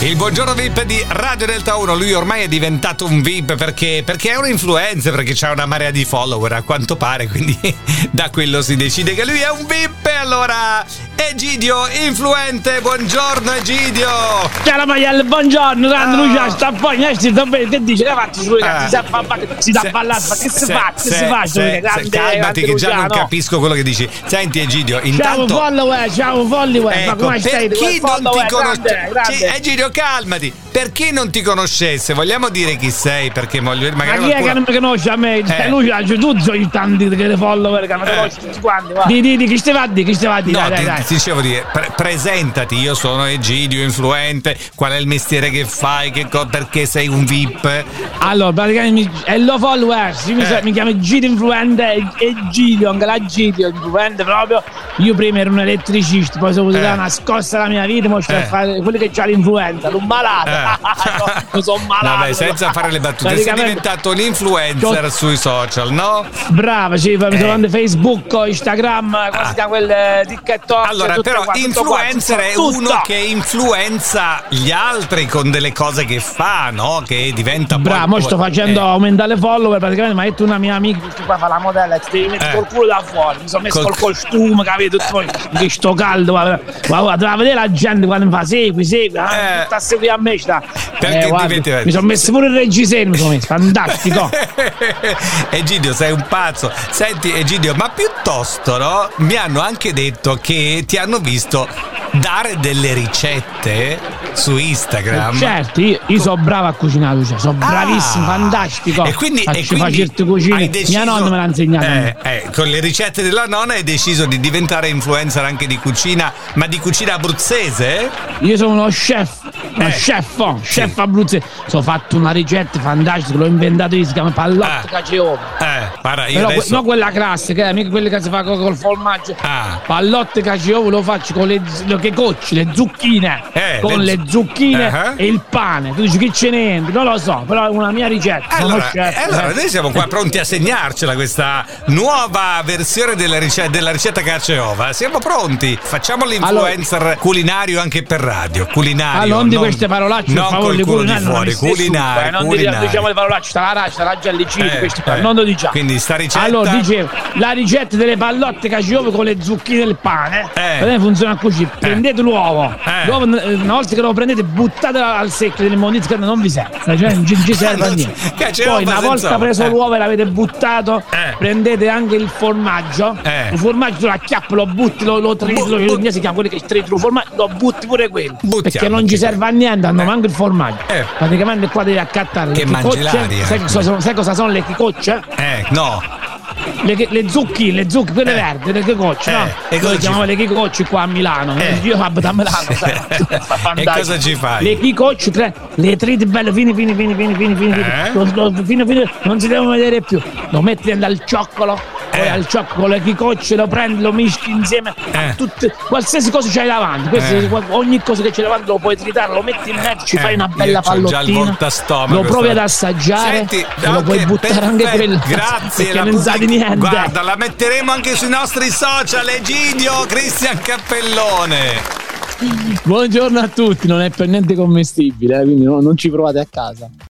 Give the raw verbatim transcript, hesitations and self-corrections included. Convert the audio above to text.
Il buongiorno V I P di Radio Delta uno. Lui ormai è diventato un V I P perché, perché è un influencer, perché c'ha una marea di follower a quanto pare, quindi da quello si decide che lui è un V I P. Allora, Egidio Influente, buongiorno Egidio. Ciao Maiello, buongiorno, grande oh. Lucia, sta poi, che dice? Che fatti su ragazzi, ah. si dà ballare, ma che si fa? Che si fa? Calmati che già non capisco quello che dici. Senti Egidio, intanto... Ciao follower, ciao follower, ecco, ma come stai? Per chi non ti conosce... Egidio, calmati, per chi non ti conoscesse, vogliamo dire chi sei, perché voglio magari ma chi qualcuno... è che non mi conosce a me? Eh. Lui ha tu sei tanti che follower che mi conosci tutti quanti. Di, di, di, chi stai va di, chi stai va di? No, dai, ti, dai, ti dicevo di pre- presentati, io sono Egidio Influente, qual è il mestiere che fai, che co- perché sei un V I P? Allora, praticamente hello followers, io eh. mi chiamo Egidio Influente, Egidio, anche la Egidio Influente proprio. Io prima ero un elettricista, poi sono voluto eh. dare una scossa alla mia vita, mostro eh. a fare quelli che c'ha l'influenza, non malato. Eh. no, sono malato. Vabbè, senza fare le battute, sei diventato un influencer sui social, no? Brava, sì, mi sono eh. Facebook, Instagram, come ah. si chiama quel TikTok. Allora, però qua, influencer è tutto. Uno che influenza gli altri con delle cose che fa, no? Che diventa bravo, mo sto facendo eh. aumentare le follower, praticamente mi ha detto una mia amica che qua fa la modella, ti devi mettere eh. col culo da fuori, mi sono messo col, col costume, capito? Tutto che sto caldo, guarda, guarda, a vedere la gente quando mi fa segui, segui, eh. tutta a seguire a me sta. Eh, guarda, mi sono messo pure il reggiseno, mi sono messo, fantastico. Egidio, sei un pazzo. Senti Egidio, ma piuttosto, no? Mi hanno anche detto che ti hanno visto dare delle ricette su Instagram. Certo, io, io sono bravo a cucinare, cioè, sono ah, bravissimo, fantastico. E quindi, faccio e quindi fare certe cucine. Deciso, mia nonna me l'ha insegnato. Eh, eh, con le ricette della nonna hai deciso di diventare influencer anche di cucina, ma di cucina abruzzese? Io sono uno chef, uno eh. chef, oh, chef sì. abruzzese. Ho fatto una ricetta fantastica, l'ho inventato io, si chiama pallotte ah. cacio e uova. Eh, guarda, io però adesso... que- non quella classica, eh, mica quella che si fa col, col formaggio. Ah. Pallotte cacio e uova lo faccio con le, le che cocci, le zucchine, eh, con le, le zucchine uh-huh. e il pane. Tu dici che ce ne entri? Non lo so, però è una mia ricetta. Allora, chef, allora eh. noi siamo qua pronti a segnarcela questa nuova versione della ricetta, della ricetta cacio e ova. Siamo pronti. Facciamo l'influencer allora, culinario anche per radio. Culinario. Allora, non di queste parolacce, non per favore, col culo di culinario, fuori, culinario. Stufa, eh, non culinario. diciamo le parolacce, sta la raccia, sta la gellicina, eh, questi eh. non lo diciamo. Quindi sta ricetta. Allora, dicevo, la ricetta delle pallotte cacio e ova con le zucchine e il pane. Eh. Funziona così. Prendete eh. l'uovo. Eh. L'uovo, una volta che lo prendete, buttatelo al secchio delle mondizze che non vi serve, cioè non ci, ci serve a niente. Poi una volta preso eh. l'uovo e l'avete buttato, eh. prendete anche il formaggio. Eh. Il formaggio tu l'acchiappi, lo butti, lo, lo tritolo, bu- bu- si chiama quelli che tritolo formaggio, lo butti pure quello. Buttiamo, perché non ci serve a niente, hanno eh. manco il formaggio. Eh. Praticamente qua devi accattare che le chicocce. Sai, so, sai cosa sono le chicocce? Eh, no. Le, le zucchine, le zucchine, quelle eh. verdi, le chicocce, eh. no? E noi chiamiamo le chicocce qua a Milano. Eh. Io abito a Milano, sai? E cosa ci fai? Le chicocce, tre, le triti belle, fini, fini, fini, fini, fini, fini, eh. lo, lo, fino, fino, non si devono vedere più. Lo metti dal cioccolo, eh. poi al cioccolo con le chicocce, lo prendi, lo mischi insieme eh. a tutte, qualsiasi cosa c'hai davanti. Questo, eh. Ogni cosa che c'hai davanti lo puoi tritare, lo metti in mezzo, ci eh. fai una bella pallottina, lo provi ad assaggiare. Senti, e okay, lo puoi buttare perfetto. anche quello. Grazie, perché non sa di niente. Guarda, la metteremo anche sui nostri social. Egidio Cristian Cappellone. Buongiorno a tutti, non è per niente commestibile, eh, quindi no, non ci provate a casa.